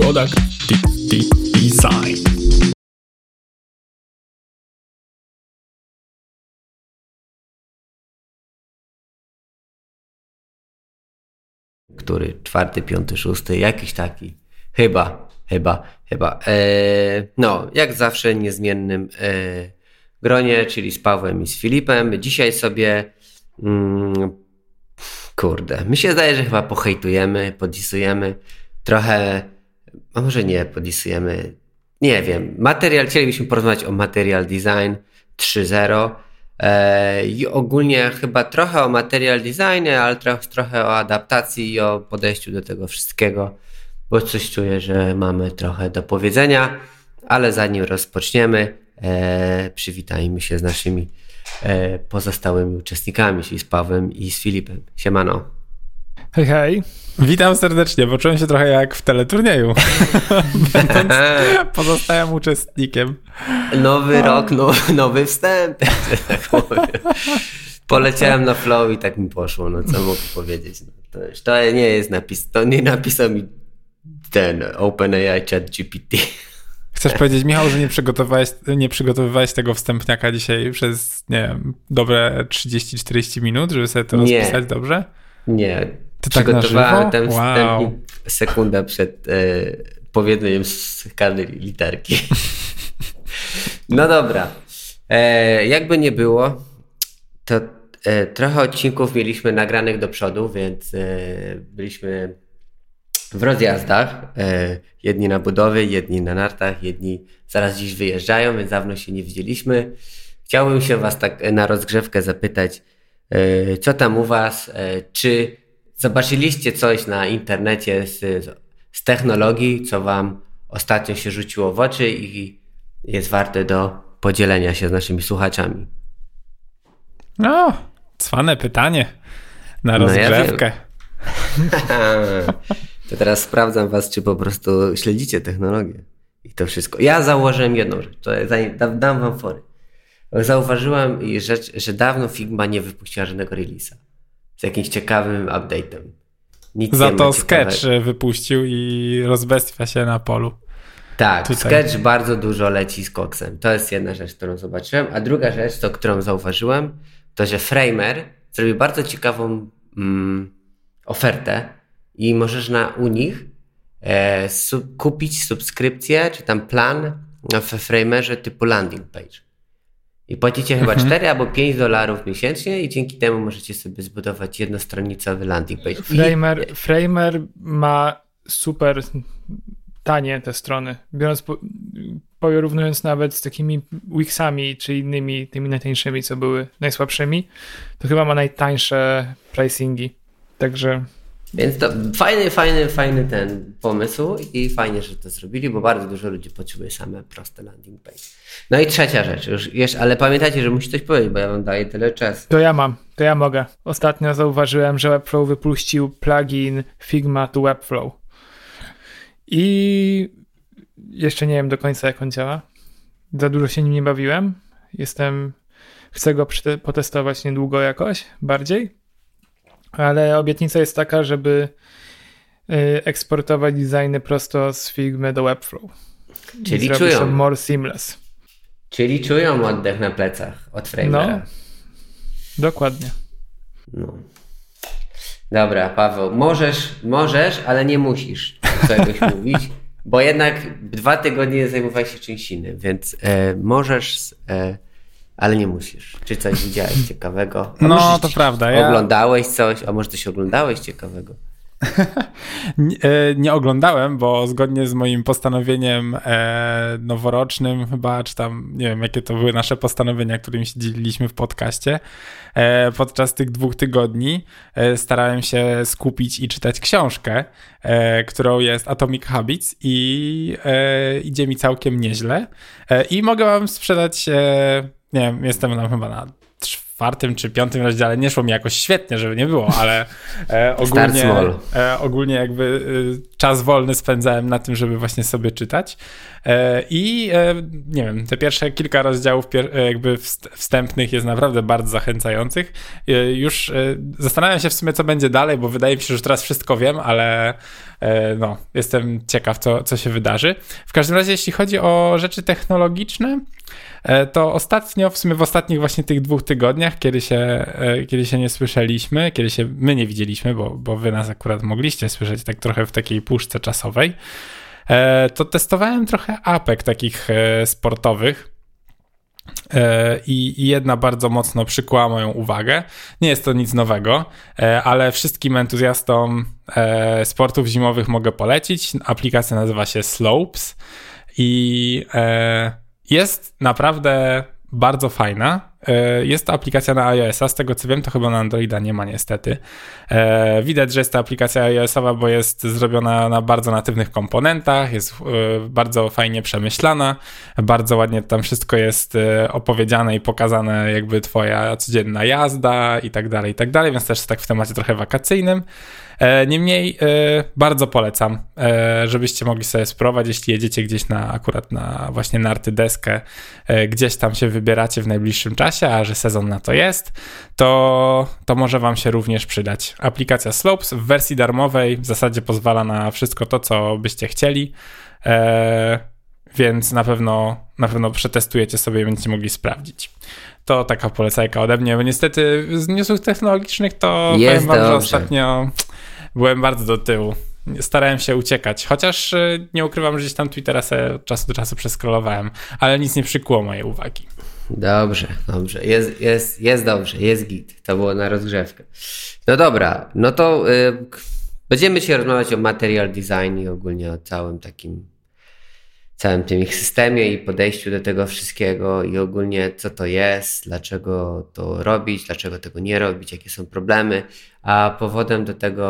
Product Design. Który? 4., 5., 6., jakiś taki. Chyba. No, jak zawsze niezmiennym gronie, czyli z Pawłem i z Filipem. Dzisiaj sobie mi się zdaje, że chyba pohejtujemy, podisujemy trochę, a może nie podisujemy, nie wiem. Chcielibyśmy porozmawiać o Material Design 3.0 i ogólnie chyba trochę o Material Designie, ale trochę o adaptacji i o podejściu do tego wszystkiego, bo coś czuję, że mamy trochę do powiedzenia, ale zanim rozpoczniemy, przywitajmy się z naszymi pozostałymi uczestnikami, czyli z Pawłem i z Filipem. Siemano. Hej, hej. Witam serdecznie, bo czułem się trochę jak w teleturnieju, będąc pozostałym uczestnikiem. Nowy rok, nowy wstęp. Poleciałem na flow i tak mi poszło, no co mogę powiedzieć. No, to nie jest to nie napisał mi ten OpenAI ChatGPT. Chcesz powiedzieć, Michał, że nie przygotowywałeś tego wstępniaka dzisiaj przez, nie wiem, dobre 30-40 minut, żeby sobie to rozpisać dobrze? Nie. To przygotowałem ten wstępnik sekunda przed powiedzeniem z każdej literki. No dobra. Jakby nie było, to trochę odcinków mieliśmy nagranych do przodu, więc byliśmy w rozjazdach. Jedni na budowie, jedni na nartach, jedni zaraz dziś wyjeżdżają, więc dawno się nie widzieliśmy. Chciałbym się was tak na rozgrzewkę zapytać, co tam u was, czy zobaczyliście coś na internecie z technologii, co wam ostatnio się rzuciło w oczy i jest warte do podzielenia się z naszymi słuchaczami? No, cwane pytanie na rozgrzewkę. Ja to teraz sprawdzam was, czy po prostu śledzicie technologię i to wszystko. Ja zauważyłem jedną rzecz, to dam wam fory. Zauważyłem rzecz, że dawno Figma nie wypuściła żadnego release'a z jakimś ciekawym update'em. Za to Sketch wypuścił i rozbestwia się na polu. Tak, tutaj. Sketch bardzo dużo leci z koksem. To jest jedna rzecz, którą zobaczyłem. A druga rzecz, którą zauważyłem, to że Framer zrobił bardzo ciekawą ofertę i możesz u nich kupić subskrypcję, czy tam plan w Framerze typu landing page. I płacicie chyba $4 albo $5 miesięcznie i dzięki temu możecie sobie zbudować jednostronicowy landing page. Framer ma super tanie te strony. Porównując nawet z takimi Wixami czy innymi tymi najtańszymi, co były najsłabszymi, to chyba ma najtańsze pricingi. Także... Więc to fajny ten pomysł i fajnie, że to zrobili, bo bardzo dużo ludzi potrzebuje same proste landing page. No i trzecia rzecz, ale pamiętajcie, że musicie coś powiedzieć, bo ja wam daję tyle czasu. To ja mogę. Ostatnio zauważyłem, że Webflow wypuścił plugin Figma to Webflow. I jeszcze nie wiem do końca, jak on działa. Za dużo się nim nie bawiłem. Chcę go potestować niedługo jakoś bardziej. Ale obietnica jest taka, żeby eksportować designy prosto z Figmy do Webflow. Czyli czują. More seamless. Czyli czują oddech na plecach od Framera. No, dokładnie. No. Dobra, Paweł, możesz, ale nie musisz czegoś mówić, bo jednak 2 tygodnie zajmowałeś się czymś innym, więc możesz... ale nie musisz. Czy coś widziałeś ciekawego? No, to prawda. Oglądałeś coś? A może coś oglądałeś ciekawego? Nie oglądałem, bo zgodnie z moim postanowieniem noworocznym chyba, czy tam, nie wiem, jakie to były nasze postanowienia, którymi się dzieliliśmy w podcaście, podczas tych 2 tygodni starałem się skupić i czytać książkę, którą jest Atomic Habits i idzie mi całkiem nieźle. I mogę wam sprzedać, nie wiem, jestem tam chyba na 4. czy 5. rozdziale, nie szło mi jakoś świetnie, żeby nie było, ale ogólnie jakby czas wolny spędzałem na tym, żeby właśnie sobie czytać. I nie wiem, te pierwsze kilka rozdziałów jakby wstępnych jest naprawdę bardzo zachęcających. Już zastanawiam się w sumie, co będzie dalej, bo wydaje mi się, że teraz wszystko wiem, ale no, jestem ciekaw, co się wydarzy. W każdym razie, jeśli chodzi o rzeczy technologiczne, to ostatnio, w sumie w ostatnich właśnie tych 2 tygodniach, kiedy się nie słyszeliśmy, kiedy się my nie widzieliśmy, bo wy nas akurat mogliście słyszeć tak trochę w takiej puszce czasowej, to testowałem trochę apek takich sportowych i jedna bardzo mocno przykuła moją uwagę. Nie jest to nic nowego, ale wszystkim entuzjastom sportów zimowych mogę polecić. Aplikacja nazywa się Slopes i jest naprawdę bardzo fajna. Jest to aplikacja na iOS-a, z tego co wiem, to chyba na Androida nie ma niestety. Widać, że jest to aplikacja iOS-owa, bo jest zrobiona na bardzo natywnych komponentach, jest bardzo fajnie przemyślana, bardzo ładnie tam wszystko jest opowiedziane i pokazane, jakby twoja codzienna jazda i tak dalej, więc też tak w temacie trochę wakacyjnym. Niemniej bardzo polecam, żebyście mogli sobie spróbować, jeśli jedziecie gdzieś akurat na właśnie narty deskę, gdzieś tam się wybieracie w najbliższym czasie, a że sezon na to jest, to może wam się również przydać. Aplikacja Slopes w wersji darmowej w zasadzie pozwala na wszystko to, co byście chcieli, więc na pewno przetestujecie sobie i będziecie mogli sprawdzić. To taka polecajka ode mnie, bo niestety z newsów technologicznych to powiem wam, że ostatnio byłem bardzo do tyłu. Starałem się uciekać, chociaż nie ukrywam, że gdzieś tam Twittera sobie od czasu do czasu przeskrolowałem, ale nic nie przykuło mojej uwagi. Dobrze. Jest dobrze, jest git. To było na rozgrzewkę. No dobra, no to będziemy dzisiaj rozmawiać o material design i ogólnie o całym tym ich systemie i podejściu do tego wszystkiego i ogólnie co to jest, dlaczego to robić, dlaczego tego nie robić, jakie są problemy, a powodem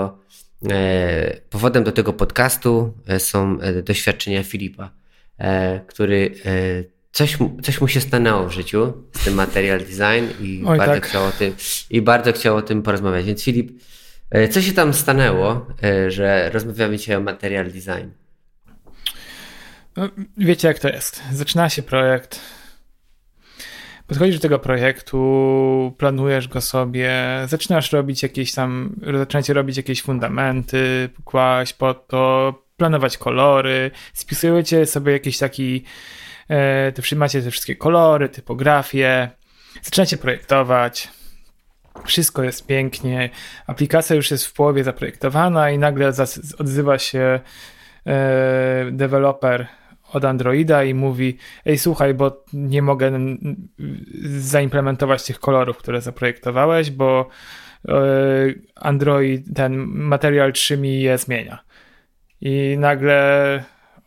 do tego podcastu są doświadczenia Filipa, który coś mu się stanęło w życiu z tym material design i bardzo chciał o tym porozmawiać. Więc Filip, co się tam stanęło, że rozmawiamy dzisiaj o material design? No, wiecie jak to jest. Zaczyna się projekt. Podchodzisz do tego projektu, planujesz go sobie, zaczynacie robić jakieś fundamenty, kłaść pod to, planować kolory, spisujecie sobie jakiś taki, macie te wszystkie kolory, typografię, zaczynacie projektować, wszystko jest pięknie, aplikacja już jest w połowie zaprojektowana i nagle odzywa się deweloper od Androida i mówi: ej, słuchaj, bo nie mogę zaimplementować tych kolorów, które zaprojektowałeś, bo Android, ten Material 3 mi je zmienia. I nagle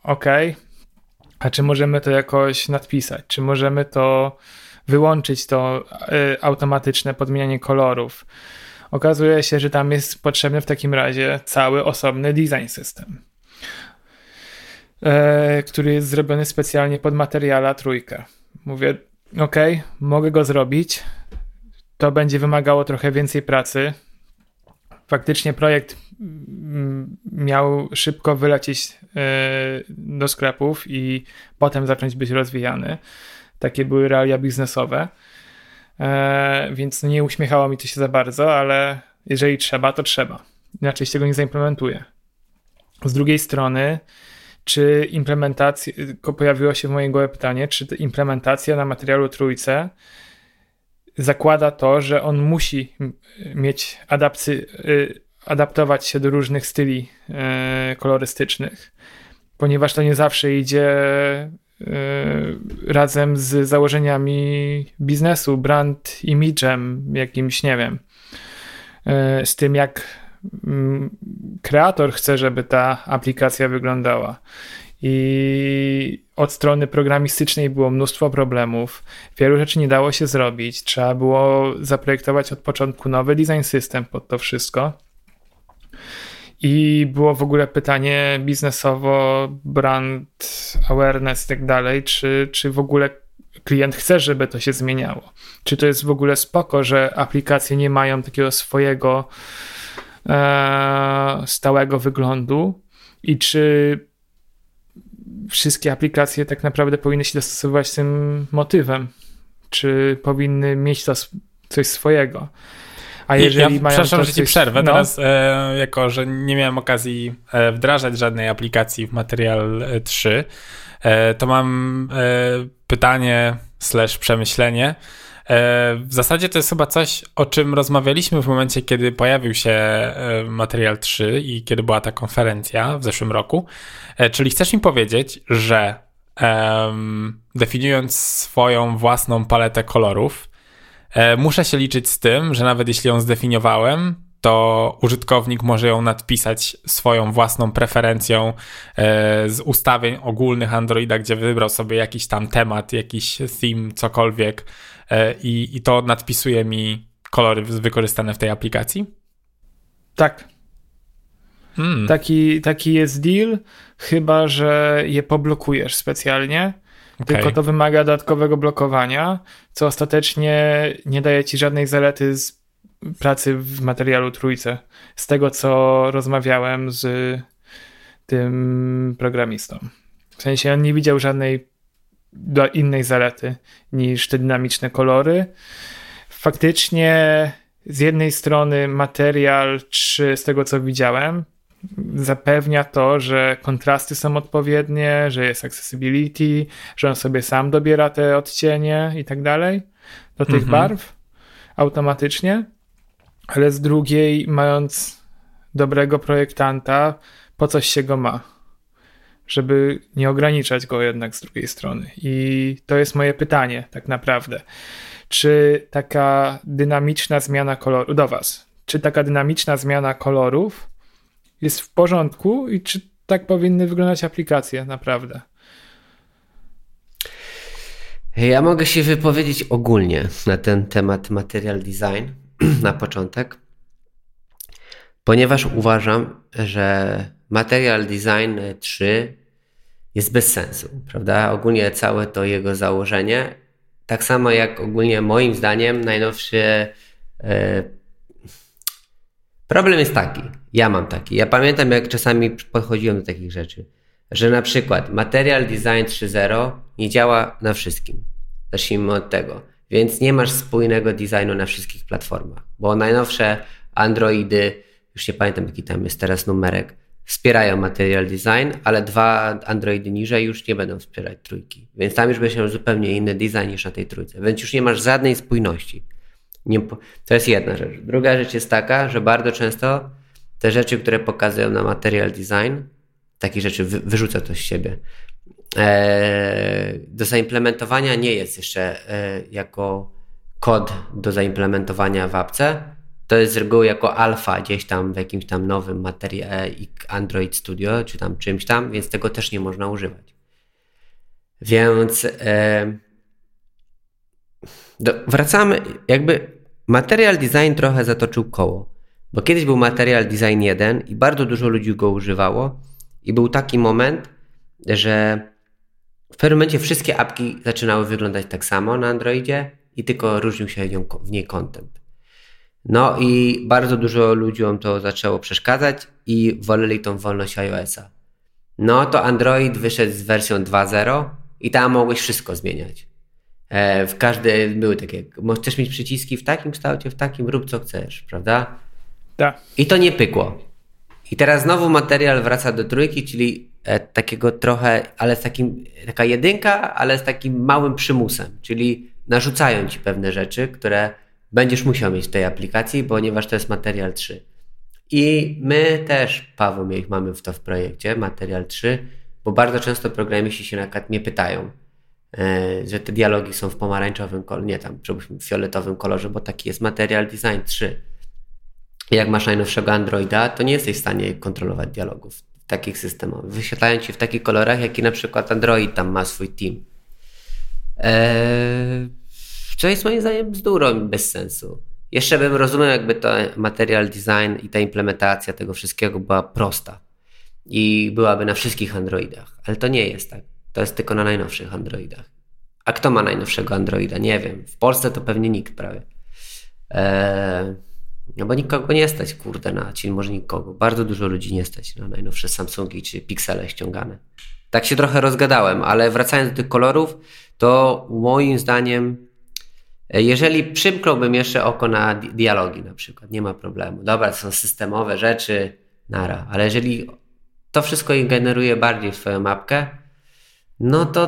a czy możemy to jakoś nadpisać? Czy możemy to wyłączyć, to automatyczne podmienianie kolorów? Okazuje się, że tam jest potrzebny w takim razie cały osobny design system, który jest zrobiony specjalnie pod Materiala 3. Mówię, mogę go zrobić, to będzie wymagało trochę więcej pracy. Faktycznie projekt miał szybko wylecieć do sklepów i potem zacząć być rozwijany. Takie były realia biznesowe, więc nie uśmiechało mi to się za bardzo, ale jeżeli trzeba, to trzeba. Inaczej się tego nie zaimplementuje. Z drugiej strony, czy implementacja, pojawiło się w mojej głowie pytanie, czy implementacja na Materialu 3 zakłada to, że on musi mieć adaptować się do różnych styli kolorystycznych, ponieważ to nie zawsze idzie razem z założeniami biznesu, brand image'em, jakimś, nie wiem, z tym jak kreator chce, żeby ta aplikacja wyglądała. I od strony programistycznej było mnóstwo problemów. Wielu rzeczy nie dało się zrobić. Trzeba było zaprojektować od początku nowy design system pod to wszystko. I było w ogóle pytanie biznesowo, brand awareness i tak dalej, czy w ogóle klient chce, żeby to się zmieniało. Czy to jest w ogóle spoko, że aplikacje nie mają takiego swojego stałego wyglądu I czy wszystkie aplikacje tak naprawdę powinny się dostosowywać tym motywem? Czy powinny mieć coś swojego? A jeżeli mają przepraszam, że ci przerwę. No. Teraz, jako że nie miałem okazji wdrażać żadnej aplikacji w Material 3, to mam pytanie / przemyślenie. W zasadzie to jest chyba coś, o czym rozmawialiśmy w momencie, kiedy pojawił się Material 3 i kiedy była ta konferencja w zeszłym roku. Czyli chcesz mi powiedzieć, że definiując swoją własną paletę kolorów, muszę się liczyć z tym, że nawet jeśli ją zdefiniowałem, to użytkownik może ją nadpisać swoją własną preferencją z ustawień ogólnych Androida, gdzie wybrał sobie jakiś tam temat, jakiś theme, cokolwiek i to nadpisuje mi kolory wykorzystane w tej aplikacji? Tak. Taki jest deal, chyba że je poblokujesz specjalnie. Okay. Tylko to wymaga dodatkowego blokowania, co ostatecznie nie daje ci żadnej zalety z pracy w Materialu trójce. Z tego, co rozmawiałem z tym programistą. W sensie on nie widział żadnej innej zalety niż te dynamiczne kolory. Faktycznie z jednej strony Material 3, z tego co widziałem, zapewnia to, że kontrasty są odpowiednie, że jest accessibility, że on sobie sam dobiera te odcienie i tak dalej do tych barw automatycznie, ale z drugiej, mając dobrego projektanta, po coś się go ma, żeby nie ograniczać go jednak z drugiej strony. I to jest moje pytanie tak naprawdę. Czy taka dynamiczna zmiana koloru, do was, czy taka dynamiczna zmiana kolorów jest w porządku i czy tak powinny wyglądać aplikacje naprawdę? Ja mogę się wypowiedzieć ogólnie na ten temat Material Design na początek, ponieważ uważam, że Material Design 3 jest bez sensu, prawda? Ogólnie całe to jego założenie, tak samo jak ogólnie moim zdaniem najnowszy problem jest taki, ja mam taki, ja pamiętam jak czasami podchodziłem do takich rzeczy, że na przykład Material Design 3.0 nie działa na wszystkim, zacznijmy od tego, więc nie masz spójnego designu na wszystkich platformach, bo najnowsze Androidy, już nie pamiętam jaki tam jest teraz numerek, wspierają Material Design, ale 2 Androidy niżej już nie będą wspierać trójki, więc tam już będzie miał zupełnie inny design niż na tej trójce, więc już nie masz żadnej spójności. To jest jedna rzecz. Druga rzecz jest taka, że bardzo często te rzeczy, które pokazują na Material Design, takie rzeczy wyrzuca to z siebie. Do zaimplementowania nie jest jeszcze jako kod do zaimplementowania w apce. To jest z reguły jako alfa gdzieś tam w jakimś tam nowym Android Studio, czy tam czymś tam, więc tego też nie można używać. Więc wracamy, jakby Material Design trochę zatoczył koło, bo kiedyś był Material Design 1 i bardzo dużo ludzi go używało i był taki moment, że w pewnym momencie wszystkie apki zaczynały wyglądać tak samo na Androidzie i tylko różnił się w niej content. No i bardzo dużo ludziom to zaczęło przeszkadzać i woleli tą wolność iOS-a. No to Android wyszedł z wersją 2.0 i tam mogłeś wszystko zmieniać. W każdy były takie, chcesz mieć przyciski w takim kształcie, w takim, rób co chcesz, prawda? Tak. I to nie pykło. I teraz znowu Material wraca do trójki, czyli takiego trochę, ale z takim, taka jedynka, ale z takim małym przymusem, czyli narzucają ci pewne rzeczy, które będziesz musiał mieć w tej aplikacji, ponieważ to jest Material 3. I my też, Paweł, mamy w to w projekcie, Material 3, bo bardzo często programiści się na przykład mnie pytają, że te dialogi są w pomarańczowym kolorze, nie tam, w fioletowym kolorze, bo taki jest Material Design 3. Jak masz najnowszego Androida, to nie jesteś w stanie kontrolować dialogów takich systemowych. Wyświetlają ci w takich kolorach, jaki na przykład Android tam ma swój team. Co jest moim zdaniem bzdurą bez sensu. Jeszcze bym rozumiał, jakby to Material Design i ta implementacja tego wszystkiego była prosta i byłaby na wszystkich Androidach, ale to nie jest tak. To jest tylko na najnowszych Androidach. A kto ma najnowszego Androida? Nie wiem. W Polsce to pewnie nikt prawie. No bo nikogo nie stać, kurde, czyli może nikogo. Bardzo dużo ludzi nie stać na najnowsze Samsungi czy Pixele ściągane. Tak się trochę rozgadałem, ale wracając do tych kolorów, to moim zdaniem, jeżeli przymknąłbym jeszcze oko na dialogi na przykład, nie ma problemu. Dobra, to są systemowe rzeczy, nara, ale jeżeli to wszystko generuje bardziej w swoją mapkę, no to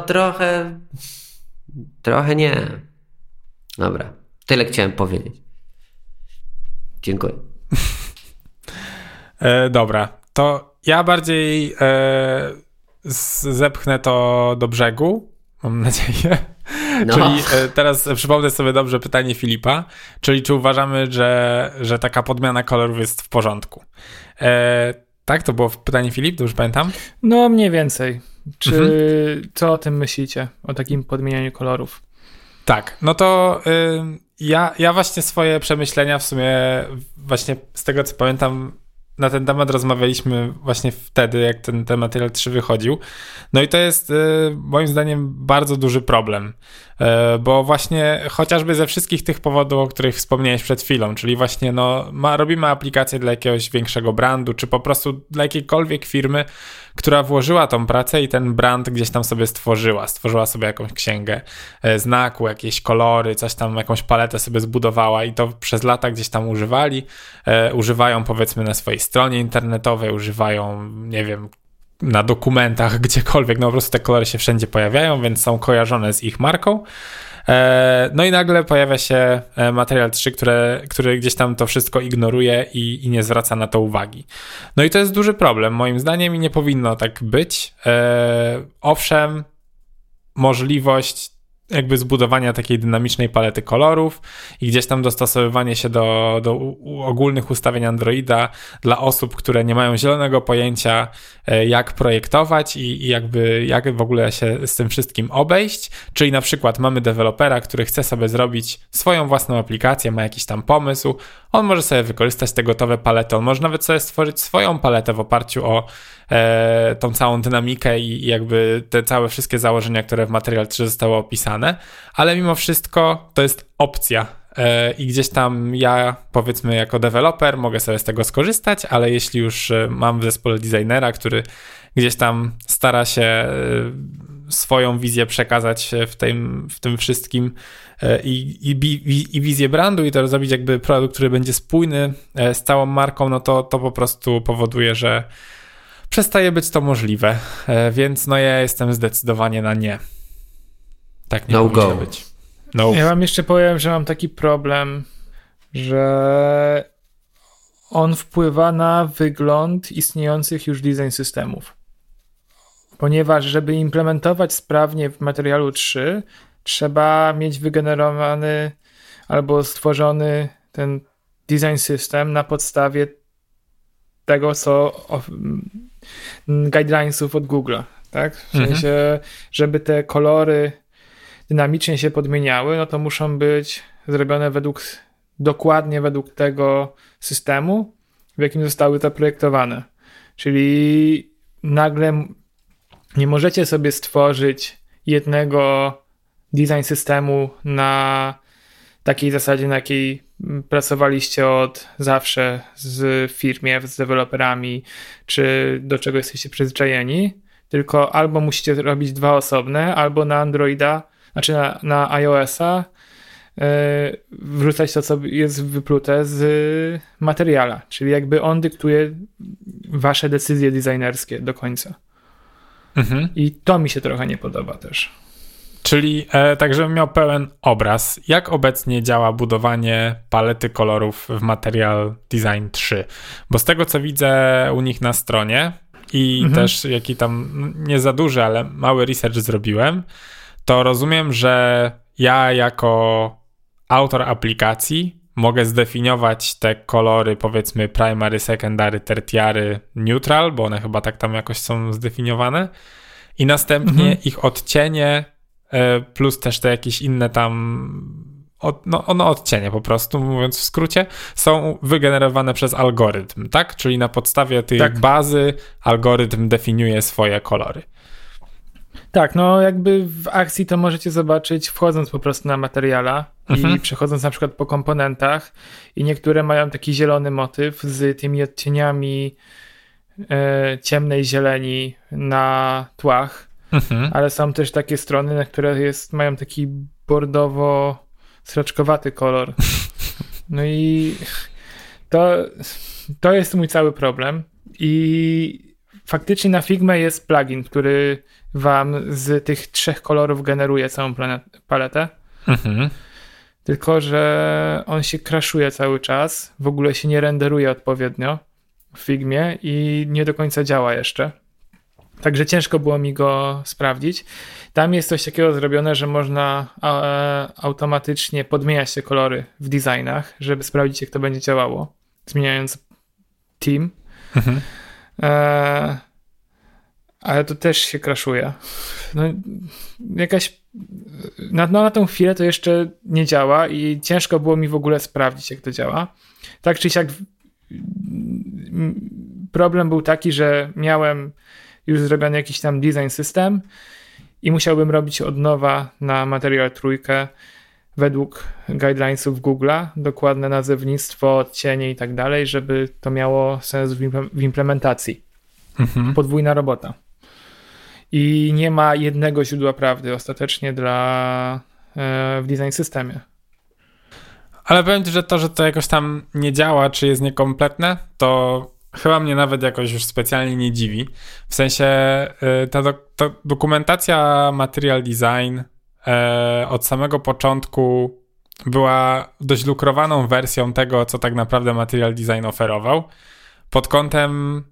trochę nie. Dobra, tyle chciałem powiedzieć. Dziękuję. Dobra, to ja bardziej zepchnę to do brzegu, mam nadzieję. No. Czyli teraz przypomnę sobie dobrze pytanie Filipa, czyli czy uważamy, że taka podmiana kolorów jest w porządku? Tak, to było pytanie Filip, dobrze pamiętam? No mniej więcej. Co o tym myślicie, o takim podmienianiu kolorów? Tak, no to ja właśnie swoje przemyślenia w sumie właśnie z tego co pamiętam na ten temat rozmawialiśmy właśnie wtedy, jak ten Material 3 wychodził. No i to jest moim zdaniem bardzo duży problem, bo właśnie chociażby ze wszystkich tych powodów, o których wspomniałeś przed chwilą, czyli właśnie robimy aplikację dla jakiegoś większego brandu, czy po prostu dla jakiejkolwiek firmy, która włożyła tą pracę i ten brand gdzieś tam sobie stworzyła sobie jakąś księgę znaku, jakieś kolory, coś tam, jakąś paletę sobie zbudowała i to przez lata gdzieś tam używają powiedzmy na swojej stronie internetowej, używają, nie wiem, na dokumentach, gdziekolwiek, no po prostu te kolory się wszędzie pojawiają, więc są kojarzone z ich marką. No i nagle pojawia się Material 3, który gdzieś tam to wszystko ignoruje i nie zwraca na to uwagi. No i to jest duży problem moim zdaniem i nie powinno tak być. Owszem, możliwość jakby zbudowania takiej dynamicznej palety kolorów i gdzieś tam dostosowywanie się do ogólnych ustawień Androida dla osób, które nie mają zielonego pojęcia, jak projektować i jak w ogóle się z tym wszystkim obejść. Czyli na przykład mamy dewelopera, który chce sobie zrobić swoją własną aplikację, ma jakiś tam pomysł, on może sobie wykorzystać te gotowe palety, on może nawet sobie stworzyć swoją paletę w oparciu o tą całą dynamikę i jakby te całe wszystkie założenia, które w Material 3 zostały opisane, ale mimo wszystko to jest opcja i gdzieś tam ja, powiedzmy jako deweloper, mogę sobie z tego skorzystać, ale jeśli już mam w zespole designera, który gdzieś tam stara się swoją wizję przekazać w tym wszystkim i wizję brandu i to zrobić jakby produkt, który będzie spójny z całą marką, no to po prostu powoduje, że przestaje być to możliwe, więc no ja jestem zdecydowanie na nie. Tak nie powinno być. No. Ja wam jeszcze powiem, że mam taki problem, że on wpływa na wygląd istniejących już design systemów. Ponieważ żeby implementować sprawnie w Materialu 3, trzeba mieć wygenerowany albo stworzony ten design system na podstawie tego, co guidelinesów od Google'a, tak? W sensie, żeby te kolory dynamicznie się podmieniały, no to muszą być zrobione dokładnie według tego systemu, w jakim zostały zaprojektowane. Czyli nagle nie możecie sobie stworzyć jednego design systemu na takiej zasadzie, na jakiej pracowaliście od zawsze w firmie, z deweloperami, czy do czego jesteście przyzwyczajeni, tylko albo musicie robić dwa osobne, albo na Androida, znaczy na iOS-a wrzucać to, co jest wyplute z Materiala, czyli jakby on dyktuje wasze decyzje designerskie do końca. I to mi się trochę nie podoba też. Czyli tak, żebym miał pełen obraz, jak obecnie działa budowanie palety kolorów w Material Design 3? Bo z tego, co widzę u nich na stronie i też jaki tam, nie za duży, ale mały research zrobiłem, to rozumiem, że ja jako autor aplikacji mogę zdefiniować te kolory, powiedzmy primary, secondary, tertiary, neutral, bo one chyba tak tam jakoś są zdefiniowane i następnie ich odcienie plus też te jakieś inne tam odcienie po prostu, mówiąc w skrócie, są wygenerowane przez algorytm, tak? Czyli na podstawie tej bazy algorytm definiuje swoje kolory. Tak, no jakby w akcji to możecie zobaczyć wchodząc po prostu na materiala i przechodząc na przykład po komponentach i niektóre mają taki zielony motyw z tymi odcieniami ciemnej zieleni na tłach, ale są też takie strony, na które mają taki bordowo-sraczkowaty kolor. No i to jest mój cały problem i faktycznie na Figma jest plugin, który wam z tych 3 kolorów generuje całą paletę. Tylko że on się crashuje cały czas, w ogóle się nie renderuje odpowiednio w Figmie i nie do końca działa jeszcze. Także ciężko było mi go sprawdzić. Tam jest coś takiego zrobione, że można automatycznie podmieniać te kolory w designach, żeby sprawdzić, jak to będzie działało, zmieniając team. Ale to też się crashuje. No, na tą chwilę to jeszcze nie działa i ciężko było mi w ogóle sprawdzić, jak to działa. Tak czy siak problem był taki, że miałem już zrobiony jakiś tam design system i musiałbym robić od nowa na Material Trójkę według guidelinesów Google'a, dokładne nazewnictwo, odcienie i tak dalej, żeby to miało sens w implementacji. Podwójna robota. I nie ma jednego źródła prawdy ostatecznie w design systemie. Ale powiem ci, że to jakoś tam nie działa, czy jest niekompletne, to chyba mnie nawet jakoś już specjalnie nie dziwi. W sensie ta dokumentacja Material Design od samego początku była dość lukrowaną wersją tego, co tak naprawdę Material Design oferował. Pod kątem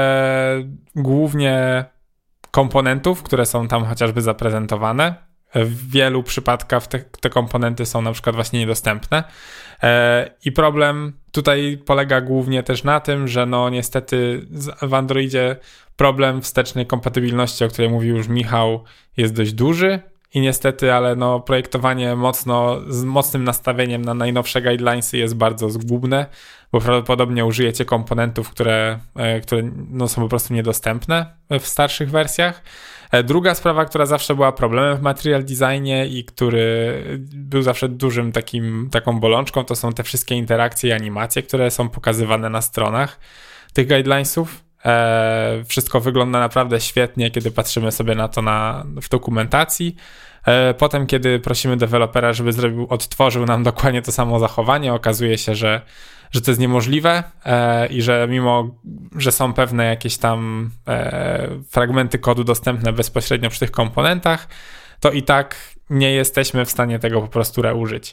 głównie komponentów, które są tam chociażby zaprezentowane. W wielu przypadkach te komponenty są na przykład właśnie niedostępne. I problem tutaj polega głównie też na tym, że no niestety w Androidzie problem wstecznej kompatybilności, o której mówił już Michał, jest dość duży i niestety, ale no projektowanie z mocnym nastawieniem na najnowsze guidelinesy jest bardzo zgubne, bo prawdopodobnie użyjecie komponentów, które no są po prostu niedostępne w starszych wersjach. Druga sprawa, która zawsze była problemem w Material Designie i który był zawsze dużym taką bolączką, to są te wszystkie interakcje i animacje, które są pokazywane na stronach tych guidelinesów. Wszystko wygląda naprawdę świetnie, kiedy patrzymy sobie na to w dokumentacji. Potem, kiedy prosimy dewelopera, żeby odtworzył nam dokładnie to samo zachowanie, okazuje się, że to jest niemożliwe i że mimo, że są pewne jakieś tam fragmenty kodu dostępne bezpośrednio przy tych komponentach, to i tak nie jesteśmy w stanie tego po prostu reużyć.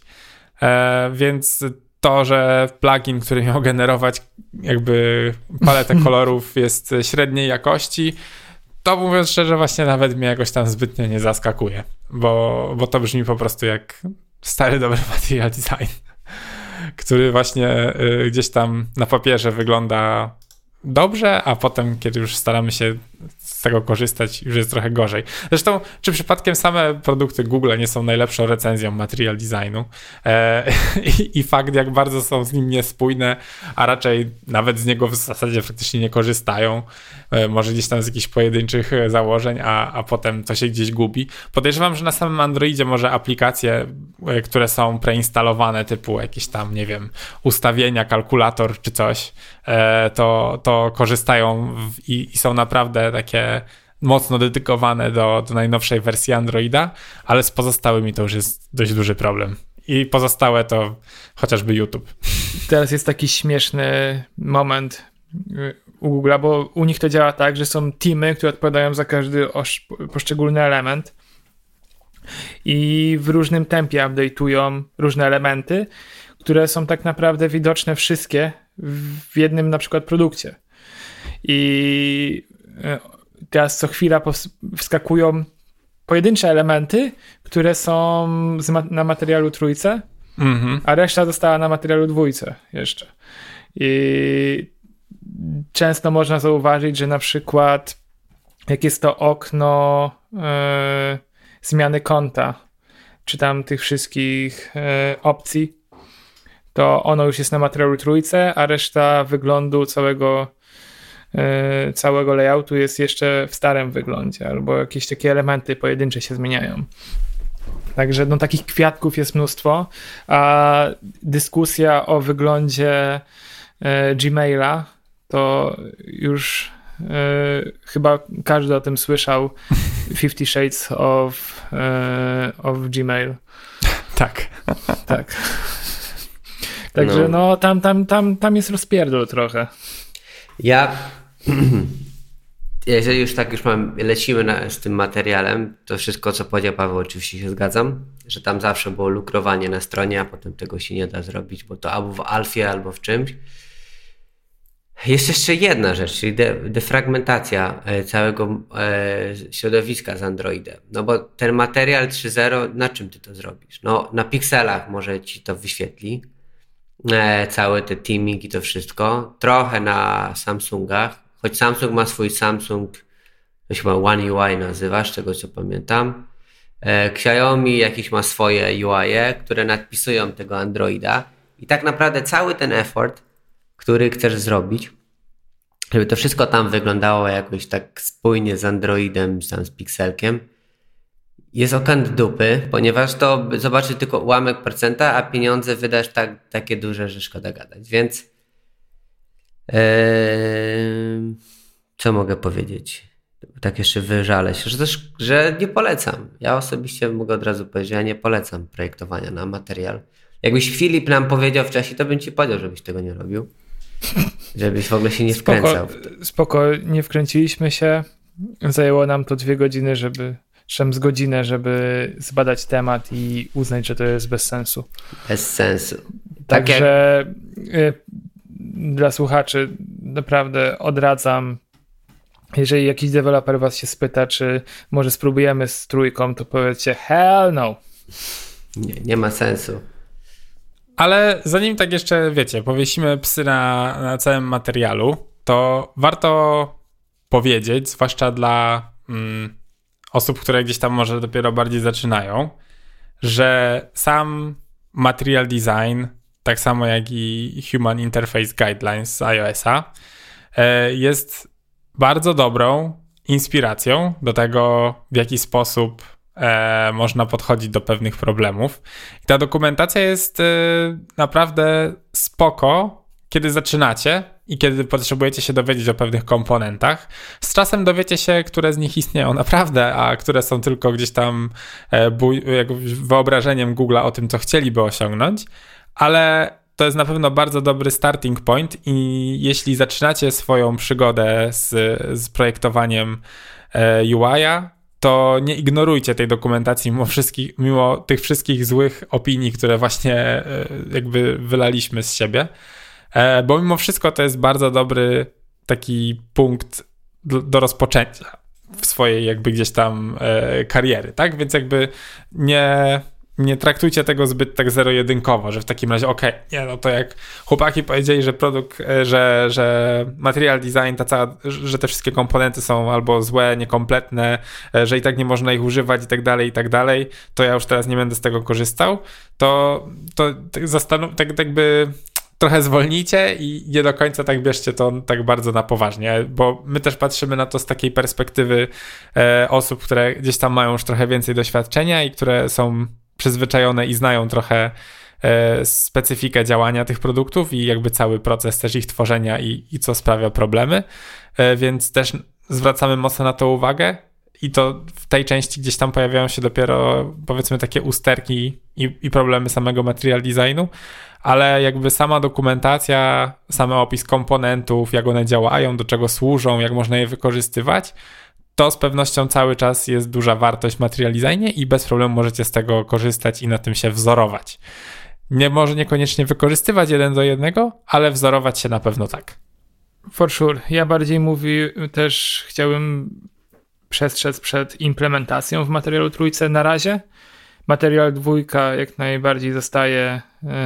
Więc to, że plugin, który miał generować jakby paletę kolorów jest średniej jakości, to mówiąc szczerze właśnie nawet mnie jakoś tam zbytnio nie zaskakuje, bo to brzmi po prostu jak stary dobry Material Design, który właśnie gdzieś tam na papierze wygląda dobrze, a potem, kiedy już staramy się z tego korzystać, już jest trochę gorzej. Zresztą, czy przypadkiem same produkty Google nie są najlepszą recenzją Material Designu i fakt, jak bardzo są z nim niespójne, a raczej nawet z niego w zasadzie praktycznie nie korzystają, może gdzieś tam z jakichś pojedynczych założeń, a potem to się gdzieś gubi. Podejrzewam, że na samym Androidzie może aplikacje, które są preinstalowane, typu jakieś tam, nie wiem, ustawienia, kalkulator czy coś, to korzystają i są naprawdę takie mocno dedykowane do najnowszej wersji Androida, ale z pozostałymi to już jest dość duży problem. I pozostałe to chociażby YouTube. Teraz jest taki śmieszny moment u Google'a, bo u nich to działa tak, że są teamy, które odpowiadają za każdy poszczególny element i w różnym tempie update'ują różne elementy, które są tak naprawdę widoczne wszystkie w jednym na przykład produkcie. I teraz co chwila wskakują pojedyncze elementy, które są na materialu trójce, a reszta została na materialu dwójce jeszcze. I często można zauważyć, że na przykład jak jest to okno zmiany konta, czy tam tych wszystkich opcji, to ono już jest na materialu trójce, a reszta wyglądu całego całego layoutu jest jeszcze w starym wyglądzie, albo jakieś takie elementy pojedyncze się zmieniają. Także no, takich kwiatków jest mnóstwo, a dyskusja o wyglądzie Gmaila to już chyba każdy o tym słyszał. 50 Shades of Gmail. Tak. Tak. Także no tam jest rozpierdol trochę. Jeżeli już lecimy z tym materiałem, to wszystko, co powiedział Paweł, oczywiście się zgadzam, że tam zawsze było lukrowanie na stronie, a potem tego się nie da zrobić, bo to albo w alfie, albo w czymś. Jest jeszcze jedna rzecz, czyli defragmentacja całego środowiska z Androidem. No bo ten materiał 3.0, na czym ty to zrobisz? No na pikselach może ci to wyświetli, cały te teaming i to wszystko. Trochę na Samsungach, choć Samsung ma swój Samsung, to się chyba One UI nazywa, z tego co pamiętam. Xiaomi jakiś ma swoje UI, które nadpisują tego Androida i tak naprawdę cały ten effort, który chcesz zrobić, żeby to wszystko tam wyglądało jakoś tak spójnie z Androidem, tam z pikselkiem, jest okant dupy, ponieważ to zobaczy tylko ułamek procenta, a pieniądze wydasz takie duże, że szkoda gadać. Więc co mogę powiedzieć? Tak jeszcze wyżalę się, że nie polecam. Ja osobiście mogę od razu powiedzieć, że ja nie polecam projektowania na materiał. Jakbyś Filip nam powiedział wcześniej, to bym ci powiedział, żebyś tego nie robił. Żebyś w ogóle się nie wkręcał. Spoko, nie wkręciliśmy się. Zajęło nam to 2 godziny, z godzinę, żeby zbadać temat i uznać, że to jest bez sensu. Bez sensu. Także dla słuchaczy naprawdę odradzam, jeżeli jakiś deweloper was się spyta, czy może spróbujemy z 3, to powiedzcie hell no. Nie ma sensu. Ale zanim tak jeszcze, wiecie, powiesimy psy na całym materialu, to warto powiedzieć, zwłaszcza dla osób, które gdzieś tam może dopiero bardziej zaczynają, że sam Material Design, tak samo jak i Human Interface Guidelines z iOS-a, jest bardzo dobrą inspiracją do tego, w jaki sposób można podchodzić do pewnych problemów. I ta dokumentacja jest naprawdę spoko, kiedy zaczynacie i kiedy potrzebujecie się dowiedzieć o pewnych komponentach. Z czasem dowiecie się, które z nich istnieją naprawdę, a które są tylko gdzieś tam wyobrażeniem Google'a o tym, co chcieliby osiągnąć, ale to jest na pewno bardzo dobry starting point i jeśli zaczynacie swoją przygodę z projektowaniem UI-a, to nie ignorujcie tej dokumentacji mimo tych wszystkich złych opinii, które właśnie jakby wylaliśmy z siebie, bo mimo wszystko to jest bardzo dobry taki punkt do rozpoczęcia w swojej jakby gdzieś tam kariery, tak? Więc jakby nie traktujcie tego zbyt tak zero-jedynkowo, że w takim razie no to jak chłopaki powiedzieli, że że material design, że te wszystkie komponenty są albo złe, niekompletne, że i tak nie można ich używać i tak dalej, to ja już teraz nie będę z tego korzystał, to tak jakby trochę zwolnijcie i nie do końca tak bierzcie to tak bardzo na poważnie, bo my też patrzymy na to z takiej perspektywy osób, które gdzieś tam mają już trochę więcej doświadczenia i które są przyzwyczajone i znają trochę specyfikę działania tych produktów i jakby cały proces też ich tworzenia i co sprawia problemy, więc też zwracamy mocno na to uwagę i to w tej części gdzieś tam pojawiają się dopiero powiedzmy takie usterki i problemy samego material designu, ale jakby sama dokumentacja, sam opis komponentów, jak one działają, do czego służą, jak można je wykorzystywać, to z pewnością cały czas jest duża wartość w material designie i bez problemu możecie z tego korzystać i na tym się wzorować. Może niekoniecznie wykorzystywać 1:1, ale wzorować się na pewno tak. For sure. Ja bardziej też chciałbym przestrzec przed implementacją w materiału 3 na razie. Materiał 2 jak najbardziej zostaje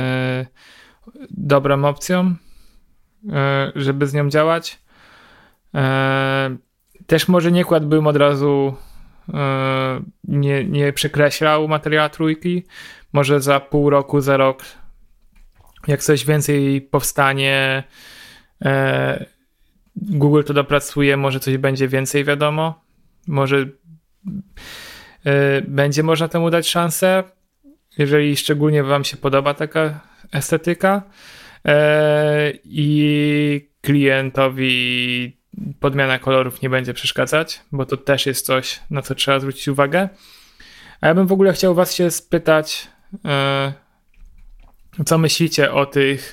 dobrą opcją, żeby z nią działać. Też może nie kładłbym od razu, nie przekreślał materiału 3. Może za pół roku, za rok, jak coś więcej powstanie, Google to dopracuje, może coś będzie więcej wiadomo, może będzie można temu dać szansę, jeżeli szczególnie wam się podoba taka estetyka i klientowi podmiana kolorów nie będzie przeszkadzać, bo to też jest coś, na co trzeba zwrócić uwagę. A ja bym w ogóle chciał was się spytać, co myślicie o tych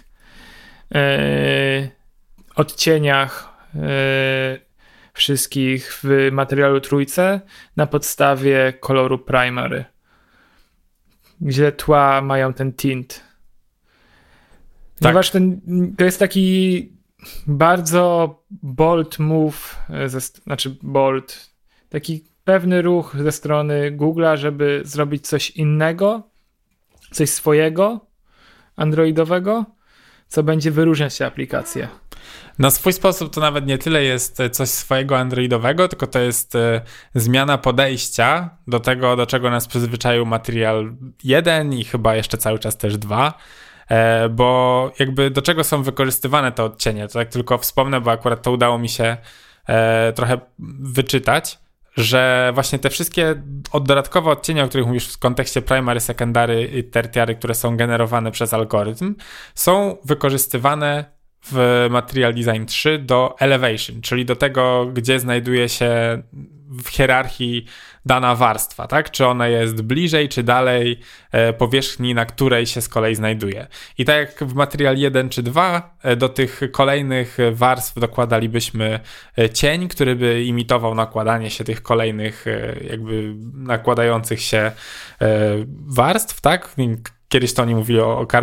odcieniach wszystkich w materiału trójce na podstawie koloru primary, gdzie tła mają ten tint. Ponieważ to jest taki bardzo bold move, bold, taki pewny ruch ze strony Google'a, żeby zrobić coś innego, coś swojego, androidowego, co będzie wyróżniać te aplikacje. Na swój sposób to nawet nie tyle jest coś swojego androidowego, tylko to jest zmiana podejścia do tego, do czego nas przyzwyczaił Material 1 i chyba jeszcze cały czas też 2, bo jakby do czego są wykorzystywane te odcienie, to tak tylko wspomnę, bo akurat to udało mi się trochę wyczytać, że właśnie te wszystkie dodatkowe odcienie, o których mówisz w kontekście primary, secondary i tertiary, które są generowane przez algorytm, są wykorzystywane w Material Design 3 do elevation, czyli do tego, gdzie znajduje się w hierarchii dana warstwa, tak? Czy ona jest bliżej, czy dalej powierzchni, na której się z kolei znajduje. I tak jak w Material 1 czy 2, do tych kolejnych warstw dokładalibyśmy cień, który by imitował nakładanie się tych kolejnych jakby nakładających się warstw, tak? Kiedyś to oni mówili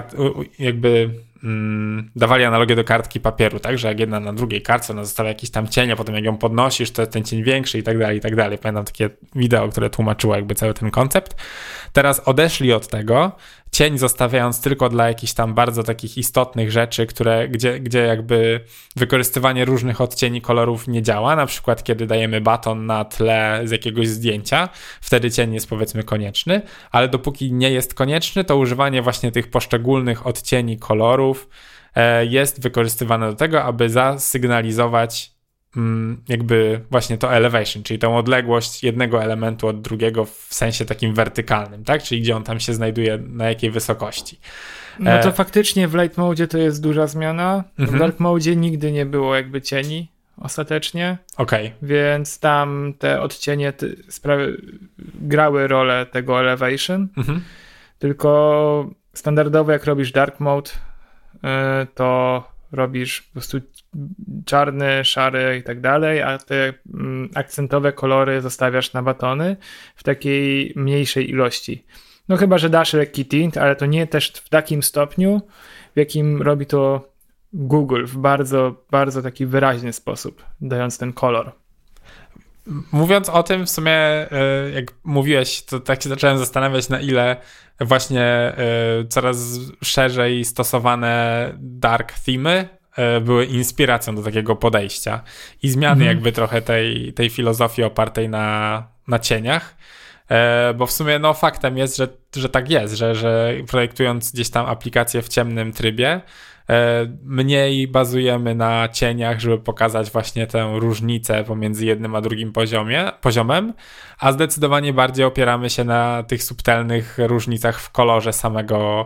dawali analogię do kartki papieru, tak, że jak jedna na drugiej kartce ona zostawia jakiś tam cień, a potem jak ją podnosisz, to jest ten cień większy i tak dalej, i tak dalej. Pamiętam takie wideo, które tłumaczyło jakby cały ten koncept. Teraz odeszli od tego, cień zostawiając tylko dla jakichś tam bardzo takich istotnych rzeczy, gdzie jakby wykorzystywanie różnych odcieni kolorów nie działa, na przykład kiedy dajemy baton na tle z jakiegoś zdjęcia, wtedy cień jest powiedzmy konieczny, ale dopóki nie jest konieczny, to używanie właśnie tych poszczególnych odcieni kolorów jest wykorzystywane do tego, aby zasygnalizować jakby właśnie to elevation, czyli tą odległość jednego elementu od drugiego w sensie takim wertykalnym, tak? Czyli gdzie on tam się znajduje, na jakiej wysokości. No to faktycznie w light mode to jest duża zmiana. W dark mode nigdy nie było jakby cieni ostatecznie. Okej. Więc tam te odcienie grały rolę tego elevation. Tylko standardowo jak robisz dark mode, to robisz po prostu czarny, szary i tak dalej, a te akcentowe kolory zostawiasz na batony w takiej mniejszej ilości. No chyba, że dasz lekki tint, ale to nie też w takim stopniu, w jakim robi to Google w bardzo, bardzo taki wyraźny sposób, dając ten kolor. Mówiąc o tym, w sumie jak mówiłeś, to tak się zacząłem zastanawiać, na ile właśnie coraz szerzej stosowane dark themy były inspiracją do takiego podejścia i zmiany jakby trochę tej filozofii opartej na cieniach, bo w sumie no faktem jest, że tak jest, że projektując gdzieś tam aplikację w ciemnym trybie, mniej bazujemy na cieniach, żeby pokazać właśnie tę różnicę pomiędzy jednym a drugim poziomem, a zdecydowanie bardziej opieramy się na tych subtelnych różnicach w kolorze samego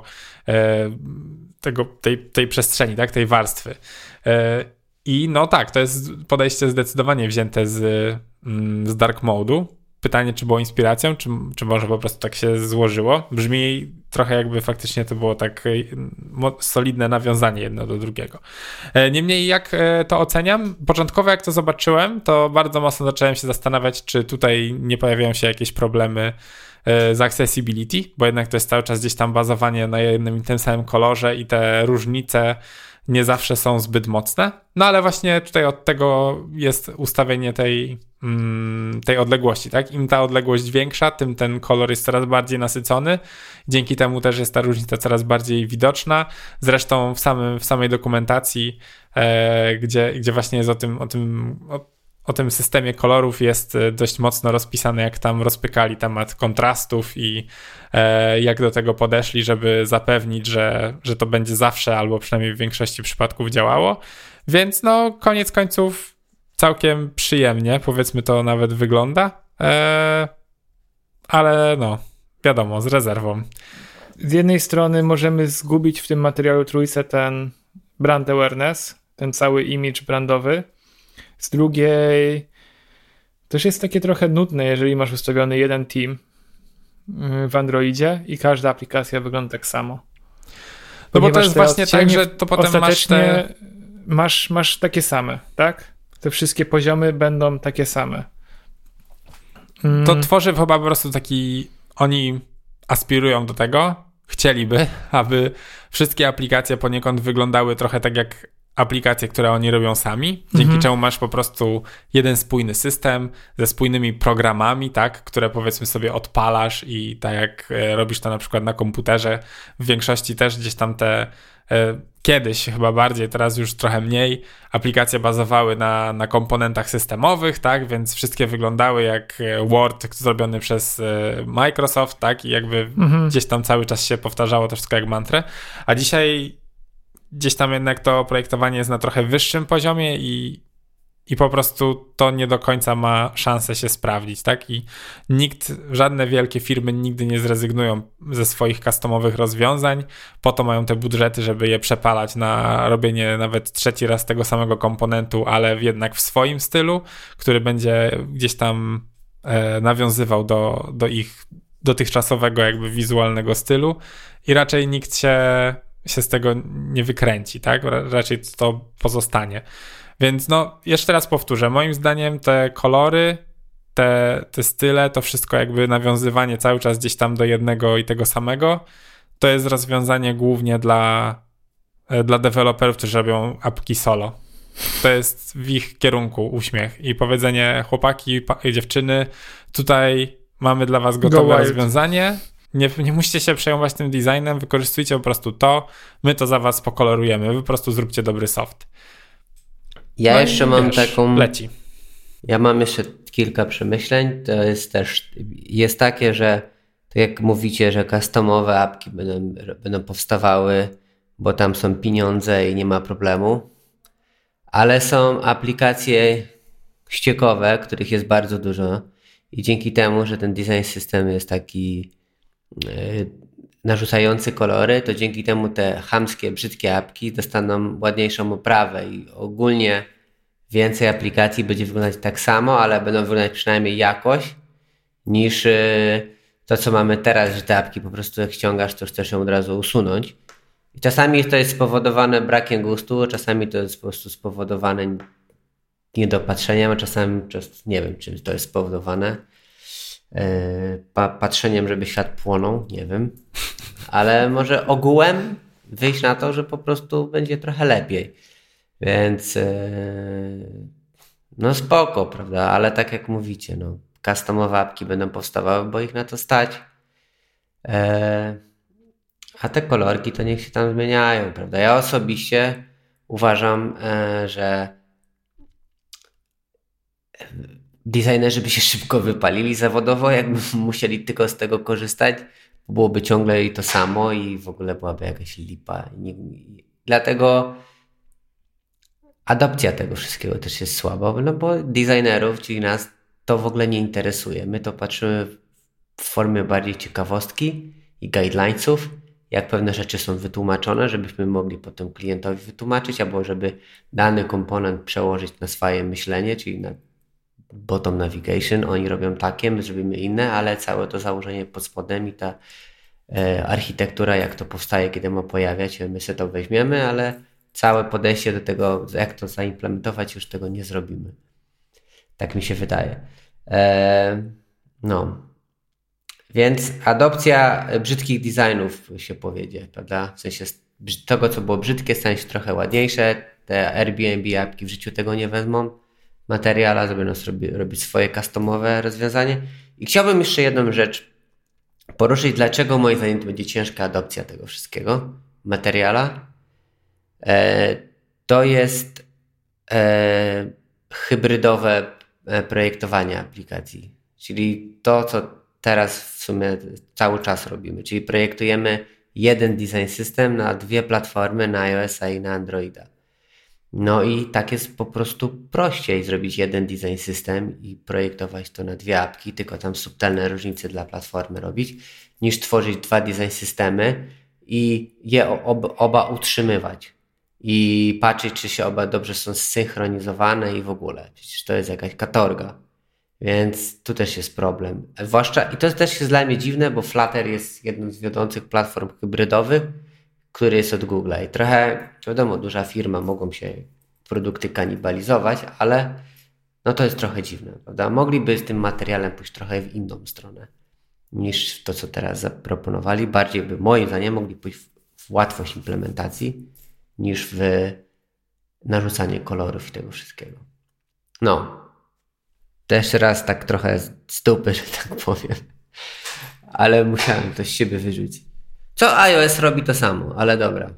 tej przestrzeni, tak, tej warstwy. I no tak, to jest podejście zdecydowanie wzięte z dark mode'u. Pytanie, czy było inspiracją, czy może po prostu tak się złożyło. Brzmi trochę jakby faktycznie to było tak solidne nawiązanie jedno do drugiego. Niemniej jak to oceniam? Początkowo jak to zobaczyłem, to bardzo mocno zacząłem się zastanawiać, czy tutaj nie pojawiają się jakieś problemy z accessibility, bo jednak to jest cały czas gdzieś tam bazowanie na jednym i tym samym kolorze i te różnice nie zawsze są zbyt mocne, no ale właśnie tutaj od tego jest ustawienie tej odległości, tak? Im ta odległość większa, tym ten kolor jest coraz bardziej nasycony, dzięki temu też jest ta różnica coraz bardziej widoczna. Zresztą w samej dokumentacji, gdzie właśnie jest o tym systemie kolorów jest dość mocno rozpisane, jak tam rozpykali temat kontrastów i jak do tego podeszli, żeby zapewnić, że to będzie zawsze albo przynajmniej w większości przypadków działało. Więc no koniec końców całkiem przyjemnie, powiedzmy to nawet wygląda, ale no, wiadomo, z rezerwą. Z jednej strony możemy zgubić w tym materiale trójce ten brand awareness, ten cały image brandowy. Z drugiej też jest takie trochę nudne, jeżeli masz ustawiony jeden team w Androidzie i każda aplikacja wygląda tak samo. No bo to jest właśnie tak, że to potem masz takie same, tak? Te wszystkie poziomy będą takie same. To tworzy chyba po prostu taki, oni aspirują do tego, chcieliby, aby wszystkie aplikacje poniekąd wyglądały trochę tak jak aplikacje, które oni robią sami, dzięki czemu masz po prostu jeden spójny system ze spójnymi programami, tak, które powiedzmy sobie odpalasz i tak jak robisz to na przykład na komputerze, w większości też gdzieś tam te kiedyś chyba bardziej, teraz już trochę mniej, aplikacje bazowały na komponentach systemowych, tak, więc wszystkie wyglądały jak Word zrobiony przez Microsoft, tak, i jakby gdzieś tam cały czas się powtarzało to wszystko jak mantrę, a dzisiaj gdzieś tam jednak to projektowanie jest na trochę wyższym poziomie i po prostu to nie do końca ma szansę się sprawdzić, tak? I żadne wielkie firmy nigdy nie zrezygnują ze swoich customowych rozwiązań, po to mają te budżety, żeby je przepalać na robienie nawet trzeci raz tego samego komponentu, ale jednak w swoim stylu, który będzie gdzieś tam nawiązywał do ich dotychczasowego jakby wizualnego stylu i raczej nikt się z tego nie wykręci, tak? Raczej to pozostanie. Więc no, jeszcze raz powtórzę, moim zdaniem te kolory, te style, to wszystko jakby nawiązywanie cały czas gdzieś tam do jednego i tego samego, to jest rozwiązanie głównie dla deweloperów, którzy robią apki solo. To jest w ich kierunku uśmiech i powiedzenie chłopaki, dziewczyny, tutaj mamy dla was gotowe rozwiązanie. Nie musicie się przejmować tym designem, wykorzystujcie po prostu to, my to za was pokolorujemy, wy po prostu zróbcie dobry soft. Ja jeszcze mam leci. Ja mam jeszcze kilka przemyśleń. To jest takie, że tak jak mówicie, że customowe apki będą powstawały, bo tam są pieniądze i nie ma problemu. Ale są aplikacje ściekowe, których jest bardzo dużo i dzięki temu, że ten design system jest taki narzucający kolory, to dzięki temu te chamskie, brzydkie apki dostaną ładniejszą oprawę i ogólnie więcej aplikacji będzie wyglądać tak samo, ale będą wyglądać przynajmniej jakoś niż to, co mamy teraz, że te apki po prostu jak ściągasz, to chcesz ją od razu usunąć. I czasami to jest spowodowane brakiem gustu, czasami to jest po prostu spowodowane niedopatrzeniem, a czasami nie wiem, czym to jest spowodowane. Patrzeniem, żeby świat płonął, nie wiem, ale może ogółem wyjść na to, że po prostu będzie trochę lepiej, więc no spoko, prawda, ale tak jak mówicie, no customowe apki będą powstawały, bo ich na to stać, a te kolorki to niech się tam zmieniają, prawda. Ja osobiście uważam, że designerzy by się szybko wypalili zawodowo, jakby musieli tylko z tego korzystać, byłoby ciągle i to samo i w ogóle byłaby jakaś lipa. Dlatego adopcja tego wszystkiego też jest słaba, no bo designerów, czyli nas, to w ogóle nie interesuje. My to patrzymy w formie bardziej ciekawostki i guidelinesów, jak pewne rzeczy są wytłumaczone, żebyśmy mogli potem klientowi wytłumaczyć, albo żeby dany komponent przełożyć na swoje myślenie, czyli na bottom navigation, oni robią takie, my zrobimy inne, ale całe to założenie pod spodem i ta architektura, jak to powstaje, kiedy ma pojawiać się, my sobie to weźmiemy, ale całe podejście do tego, jak to zaimplementować, już tego nie zrobimy. Tak mi się wydaje. No. Więc adopcja brzydkich designów się powiedzie, prawda? W sensie tego, co było brzydkie, stanie się trochę ładniejsze. Te Airbnb apki w życiu tego nie wezmą. Materiala, żeby nas robić swoje customowe rozwiązanie. I chciałbym jeszcze jedną rzecz poruszyć, dlaczego moim zdaniem to będzie ciężka adopcja tego wszystkiego. Materiala. To jest hybrydowe projektowanie aplikacji. Czyli to, co teraz w sumie cały czas robimy. Czyli projektujemy jeden design system na dwie platformy, na iOS-a i na Androida. No i tak jest po prostu prościej zrobić jeden design system i projektować to na 2 apki, tylko tam subtelne różnice dla platformy robić, niż tworzyć 2 design systemy i je oba utrzymywać i patrzeć, czy się oba dobrze są zsynchronizowane i w ogóle. Przecież to jest jakaś katorga. Więc tu też jest problem. Zwłaszcza, i to też jest dla mnie dziwne, bo Flutter jest jedną z wiodących platform hybrydowych, który jest od Google'a. I trochę, wiadomo, duża firma, mogą się produkty kanibalizować, ale no to jest trochę dziwne, prawda? Mogliby z tym materiałem pójść trochę w inną stronę niż to, co teraz zaproponowali. Bardziej by, moim zdaniem, mogli pójść w łatwość implementacji niż w narzucanie kolorów i tego wszystkiego. No. To jeszcze raz tak trochę z dupy, że tak powiem. Ale musiałem to z siebie wyrzucić. Co iOS robi to samo, ale dobra.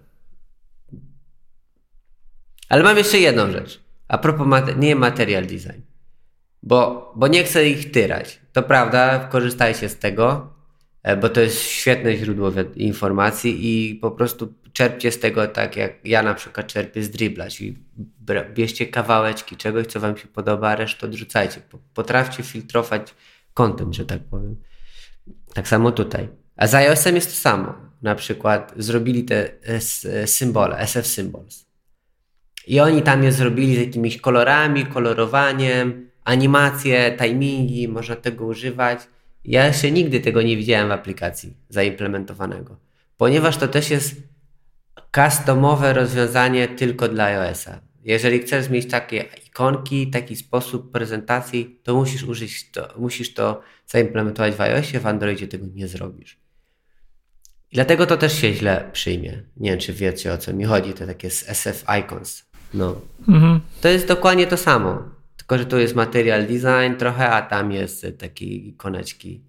Ale mam jeszcze jedną rzecz. A propos nie material design. Bo nie chcę ich tyrać. To prawda, korzystajcie z tego, bo to jest świetne źródło informacji i po prostu czerpcie z tego tak jak ja na przykład czerpię z Dribbla, czyli bierzcie kawałeczki czegoś, co wam się podoba, a resztę odrzucajcie. Potrafcie filtrować content, że tak powiem. Tak samo tutaj. A z iOS-em jest to samo. Na przykład zrobili te symbole, SF Symbols. I oni tam je zrobili z jakimiś kolorami, kolorowaniem, animacje, timingi, można tego używać. Ja jeszcze nigdy tego nie widziałem w aplikacji zaimplementowanego, ponieważ to też jest customowe rozwiązanie tylko dla iOS-a. Jeżeli chcesz mieć takie ikonki, taki sposób prezentacji, to musisz to zaimplementować w iOS-ie, w Androidzie tego nie zrobisz. I dlatego to też się źle przyjmie. Nie wiem, czy wiecie, o co mi chodzi, to takie SF Icons. No. To jest dokładnie to samo. Tylko, że tu jest material design trochę, a tam jest takie ikoneczki.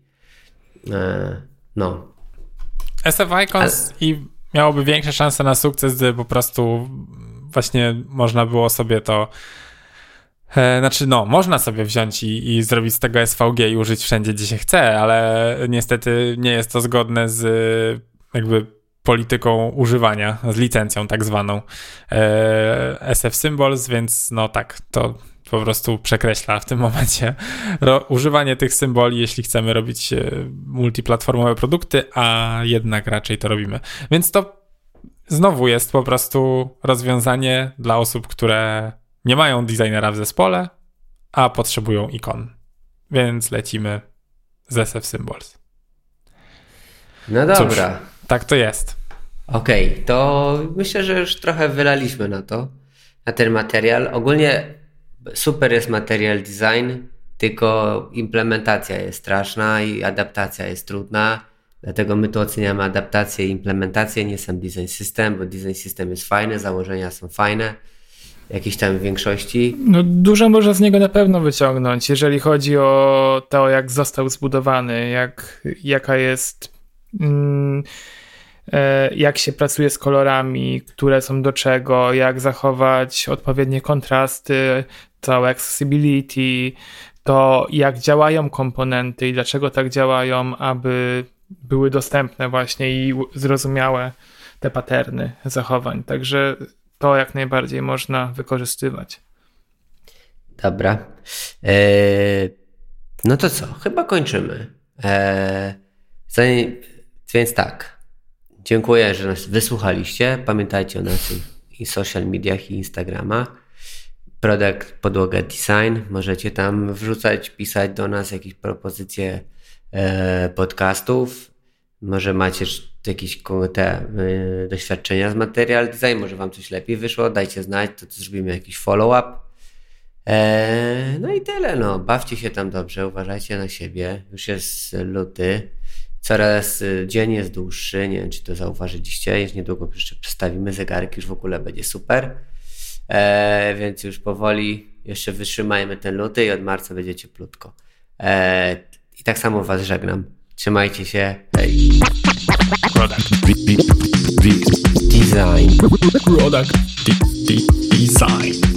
No. SF Icons i miałoby większe szanse na sukces, gdy po prostu właśnie można było sobie to można sobie wziąć i zrobić z tego SVG i użyć wszędzie, gdzie się chce, ale niestety nie jest to zgodne z jakby polityką używania, z licencją tak zwaną SF Symbols, więc no tak, to po prostu przekreśla w tym momencie używanie tych symboli, jeśli chcemy robić multiplatformowe produkty, a jednak raczej to robimy. Więc to znowu jest po prostu rozwiązanie dla osób, które nie mają designera w zespole, a potrzebują ikon. Więc lecimy z SF Symbols. No dobra. Cóż, tak to jest. Okej, to myślę, że już trochę wylaliśmy na ten materiał. Ogólnie super jest material design, tylko implementacja jest straszna i adaptacja jest trudna. Dlatego my tu oceniamy adaptację i implementację, nie sam design system, bo design system jest fajny, założenia są fajne, jakieś tam w większości. No dużo można z niego na pewno wyciągnąć, jeżeli chodzi o to, jak został zbudowany, jaka jest, jak się pracuje z kolorami, które są do czego, jak zachować odpowiednie kontrasty, całe accessibility, to jak działają komponenty i dlaczego tak działają, aby były dostępne właśnie i zrozumiałe te paterny zachowań. Także to jak najbardziej można wykorzystywać. Dobra. No to co? Chyba kończymy. Więc tak. Dziękuję, że nas wysłuchaliście. Pamiętajcie o naszych i social mediach i Instagramach. Product Podłoga Design. Możecie tam wrzucać, pisać do nas jakieś propozycje podcastów. Może macie jakieś doświadczenia z material design, może wam coś lepiej wyszło, dajcie znać, to zrobimy jakiś follow-up. No i tyle, no. Bawcie się tam dobrze, uważajcie na siebie. Już jest luty. Coraz dzień jest dłuższy, nie wiem, czy to zauważyliście. Już niedługo jeszcze przestawimy zegarki, już w ogóle będzie super. Więc już powoli jeszcze wytrzymajmy ten luty i od marca będzie cieplutko. I tak samo was żegnam. Trzymajcie się. Hej. Product Design. Product Design.